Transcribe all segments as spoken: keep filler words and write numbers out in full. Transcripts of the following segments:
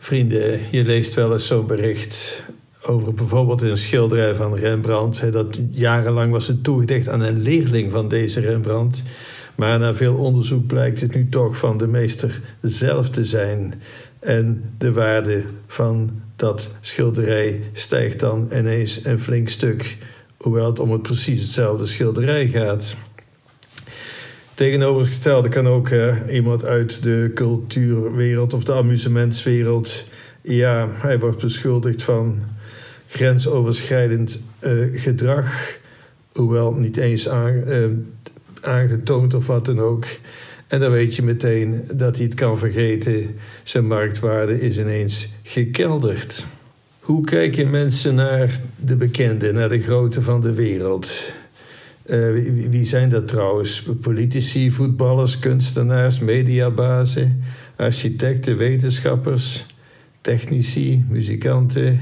Vrienden, je leest wel eens zo'n bericht over bijvoorbeeld een schilderij van Rembrandt. Dat jarenlang was het toegedicht aan een leerling van deze Rembrandt. Maar na veel onderzoek blijkt het nu toch van de meester zelf te zijn. En de waarde van dat schilderij stijgt dan ineens een flink stuk, hoewel het om het precies hetzelfde schilderij gaat. Tegenovergestelde kan ook uh, iemand uit de cultuurwereld of de amusementswereld. Ja, hij wordt beschuldigd van grensoverschrijdend uh, gedrag, hoewel niet eens aan, uh, aangetoond of wat dan ook. En dan weet je meteen dat hij het kan vergeten. Zijn marktwaarde is ineens gekelderd. Hoe kijken mensen naar de bekenden, naar de groten van de wereld? Uh, wie, wie zijn dat trouwens? Politici, voetballers, kunstenaars, mediabazen, architecten, wetenschappers, technici, muzikanten.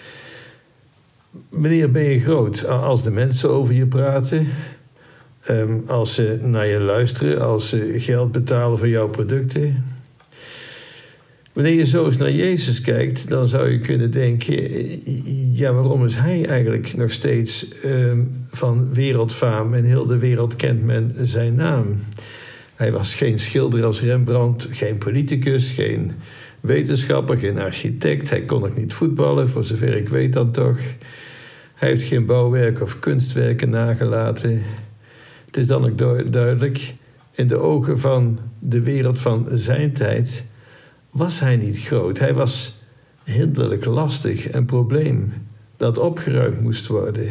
Wanneer ben je groot? Als de mensen over je praten, um, als ze naar je luisteren, als ze geld betalen voor jouw producten. Wanneer je zo eens naar Jezus kijkt, dan zou je kunnen denken, ja, waarom is hij eigenlijk nog steeds um, van wereldfaam en heel de wereld kent men zijn naam? Hij was geen schilder als Rembrandt, geen politicus, geen wetenschapper, geen architect. Hij kon ook niet voetballen, voor zover ik weet dan toch. Hij heeft geen bouwwerk of kunstwerken nagelaten. Het is dan ook duidelijk, in de ogen van de wereld van zijn tijd was hij niet groot. Hij was hinderlijk lastig, een probleem dat opgeruimd moest worden.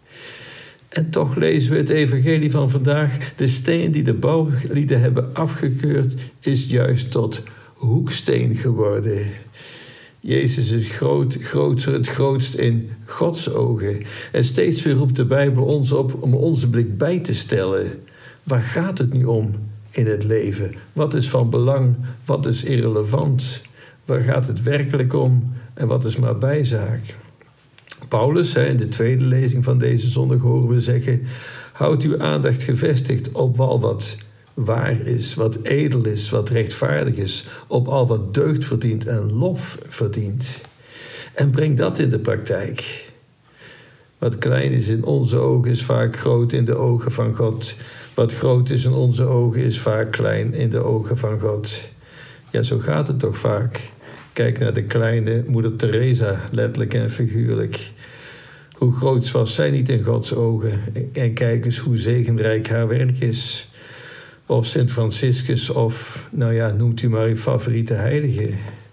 En toch lezen we het evangelie van vandaag. De steen die de bouwlieden hebben afgekeurd is juist tot hoeksteen geworden. Jezus is groot, grootser, het grootst in Gods ogen. En steeds weer roept de Bijbel ons op om onze blik bij te stellen. Waar gaat het nu om in het leven? Wat is van belang? Wat is irrelevant? Waar gaat het werkelijk om? En wat is maar bijzaak? Paulus, in de tweede lezing van deze zondag horen we zeggen: houd uw aandacht gevestigd op al wat waar is, wat edel is, wat rechtvaardig is, op al wat deugd verdient en lof verdient. En breng dat in de praktijk. Wat klein is in onze ogen is vaak groot in de ogen van God. Wat groot is in onze ogen is vaak klein in de ogen van God. Ja, zo gaat het toch vaak. Kijk naar de kleine moeder Teresa, letterlijk en figuurlijk. Hoe groot was zij niet in Gods ogen? En kijk eens hoe zegenrijk haar werk is. Of Sint Franciscus, of, nou ja, noemt u maar uw favoriete heilige.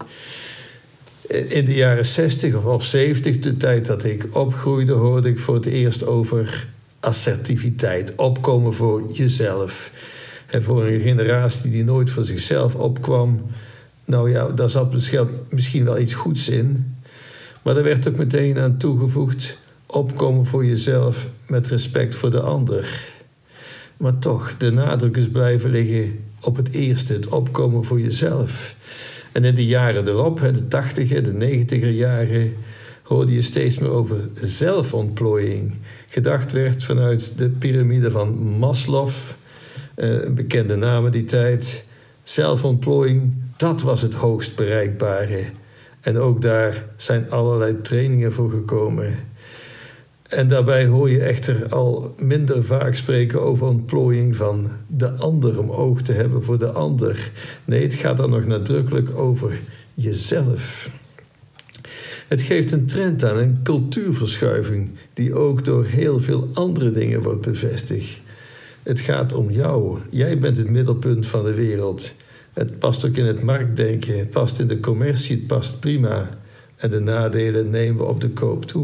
In de jaren zestig of zeventig, de tijd dat ik opgroeide, hoorde ik voor het eerst over assertiviteit. Opkomen voor jezelf. En voor een generatie die nooit voor zichzelf opkwam, nou ja, daar zat misschien wel iets goeds in. Maar er werd ook meteen aan toegevoegd: opkomen voor jezelf met respect voor de ander. Maar toch, de nadruk is blijven liggen op het eerste, het opkomen voor jezelf. En in de jaren erop, de tachtiger, de negentiger jaren, hoorde je steeds meer over zelfontplooiing. Gedacht werd vanuit de piramide van Maslow, een bekende naam die tijd. Zelfontplooiing, dat was het hoogst bereikbare. En ook daar zijn allerlei trainingen voor gekomen. En daarbij hoor je echter al minder vaak spreken over ontplooiing van de ander, om oog te hebben voor de ander. Nee, het gaat dan nog nadrukkelijk over jezelf. Het geeft een trend aan, een cultuurverschuiving, die ook door heel veel andere dingen wordt bevestigd. Het gaat om jou. Jij bent het middelpunt van de wereld. Het past ook in het marktdenken, het past in de commercie, het past prima. En de nadelen nemen we op de koop toe.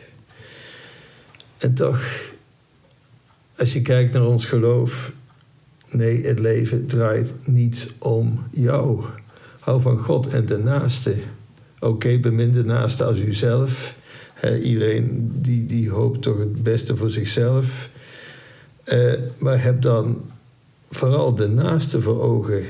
En toch, als je kijkt naar ons geloof, nee, het leven draait niet om jou. Hou van God en de naaste. Oké, okay, bemin de naaste als uzelf. He, iedereen die, die hoopt toch het beste voor zichzelf. Uh, maar heb dan vooral de naaste voor ogen.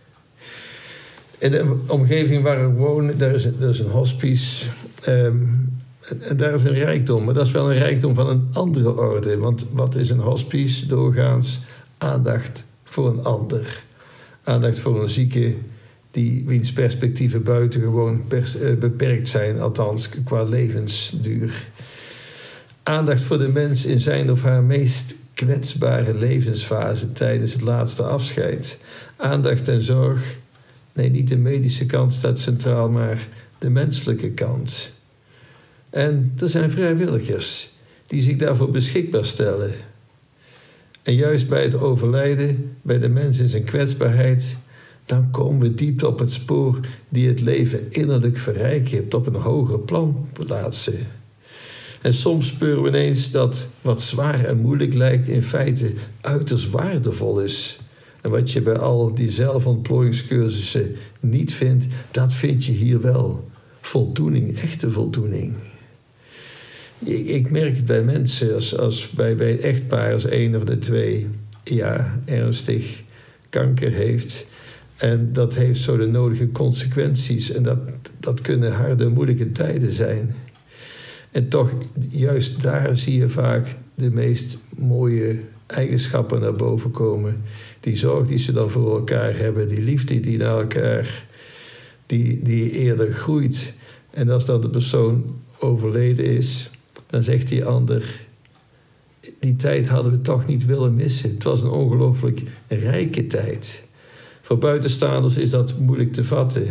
In de omgeving waar ik woon, daar is een, daar is een hospice. Um, En daar is een rijkdom, maar dat is wel een rijkdom van een andere orde. Want wat is een hospice? Doorgaans aandacht voor een ander. Aandacht voor een zieke die wiens perspectieven buitengewoon pers- uh, beperkt zijn, althans qua levensduur. Aandacht voor de mens in zijn of haar meest kwetsbare levensfase tijdens het laatste afscheid. Aandacht en zorg. Nee, niet de medische kant staat centraal, maar de menselijke kant. En er zijn vrijwilligers die zich daarvoor beschikbaar stellen. En juist bij het overlijden, bij de mens in zijn kwetsbaarheid, dan komen we diep op het spoor die het leven innerlijk verrijken, op een hoger plan plaatsen. En soms speuren we ineens dat wat zwaar en moeilijk lijkt in feite uiterst waardevol is. En wat je bij al die zelfontplooiingscursussen niet vindt, dat vind je hier wel. Voldoening, echte voldoening. Ik, ik merk het bij mensen, als, als bij, bij een echtpaar, als een of de twee ja, ernstig kanker heeft. En dat heeft zo de nodige consequenties. En dat, dat kunnen harde, moeilijke tijden zijn. En toch, juist daar zie je vaak de meest mooie eigenschappen naar boven komen. Die zorg die ze dan voor elkaar hebben, die liefde die naar elkaar, die, die eerder groeit. En als dan de persoon overleden is, dan zegt die ander, die tijd hadden we toch niet willen missen. Het was een ongelooflijk rijke tijd. Voor buitenstaanders is dat moeilijk te vatten.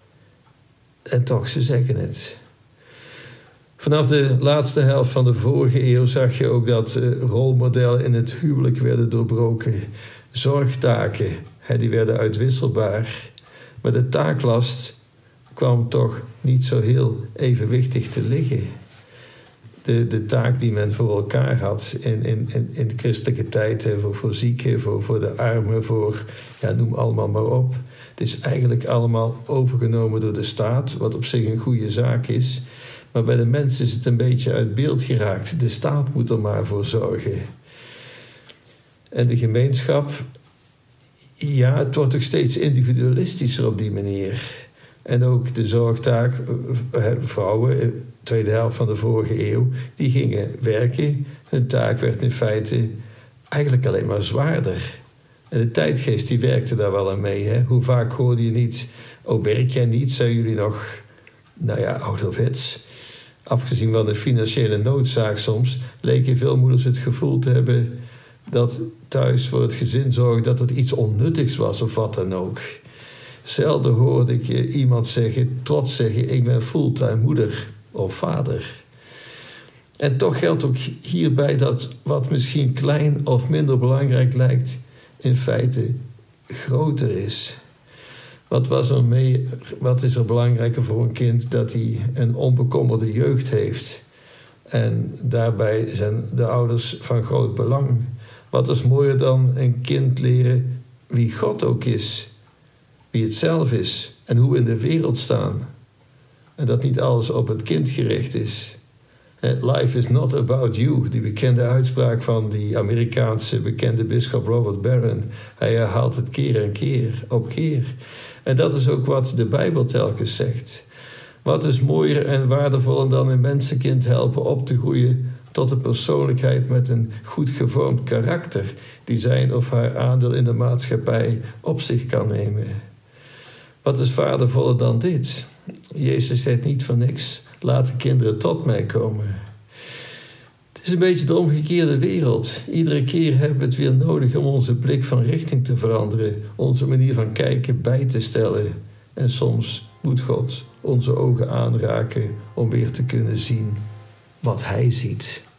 En toch, ze zeggen het. Vanaf de laatste helft van de vorige eeuw zag je ook dat uh, rolmodellen in het huwelijk werden doorbroken. Zorgtaken, hè, die werden uitwisselbaar. Maar de taaklast kwam toch niet zo heel evenwichtig te liggen. De, de taak die men voor elkaar had in, in, in de christelijke tijd, hè, voor, voor zieken, voor, voor de armen, voor, ja, noem allemaal maar op. Het is eigenlijk allemaal overgenomen door de staat, wat op zich een goede zaak is. Maar bij de mensen is het een beetje uit beeld geraakt. De staat moet er maar voor zorgen. En de gemeenschap, ja, het wordt ook steeds individualistischer op die manier. En ook de zorgtaak, vrouwen, tweede helft van de vorige eeuw, die gingen werken. Hun taak werd in feite eigenlijk alleen maar zwaarder. En de tijdgeest die werkte daar wel aan mee. Hè? Hoe vaak hoorde je niet, oh, werk jij niet, zijn jullie nog, nou ja, ouderwets. Afgezien van de financiële noodzaak soms, leken veel moeders het gevoel te hebben dat thuis voor het gezin zorgen dat het iets onnuttigs was of wat dan ook. Zelden hoorde ik iemand zeggen, trots zeggen, ik ben fulltime moeder of vader. En toch geldt ook hierbij dat wat misschien klein of minder belangrijk lijkt, in feite groter is. Wat, was er mee, wat is er belangrijker voor een kind? Dat hij een onbekommerde jeugd heeft. En daarbij zijn de ouders van groot belang. Wat is mooier dan een kind leren wie God ook is? Wie het zelf is en hoe we in de wereld staan. En dat niet alles op het kind gericht is. Life is not about you. Die bekende uitspraak van die Amerikaanse bekende bisschop Robert Barron. Hij herhaalt het keer en keer op keer. En dat is ook wat de Bijbel telkens zegt. Wat is mooier en waardevoller dan een mensenkind helpen op te groeien tot een persoonlijkheid met een goed gevormd karakter, die zijn of haar aandeel in de maatschappij op zich kan nemen. Wat is waardevoller dan dit? Jezus zegt niet voor niks, laat de kinderen tot mij komen. Het is een beetje de omgekeerde wereld. Iedere keer hebben we het weer nodig om onze blik van richting te veranderen, onze manier van kijken bij te stellen. En soms moet God onze ogen aanraken om weer te kunnen zien wat Hij ziet.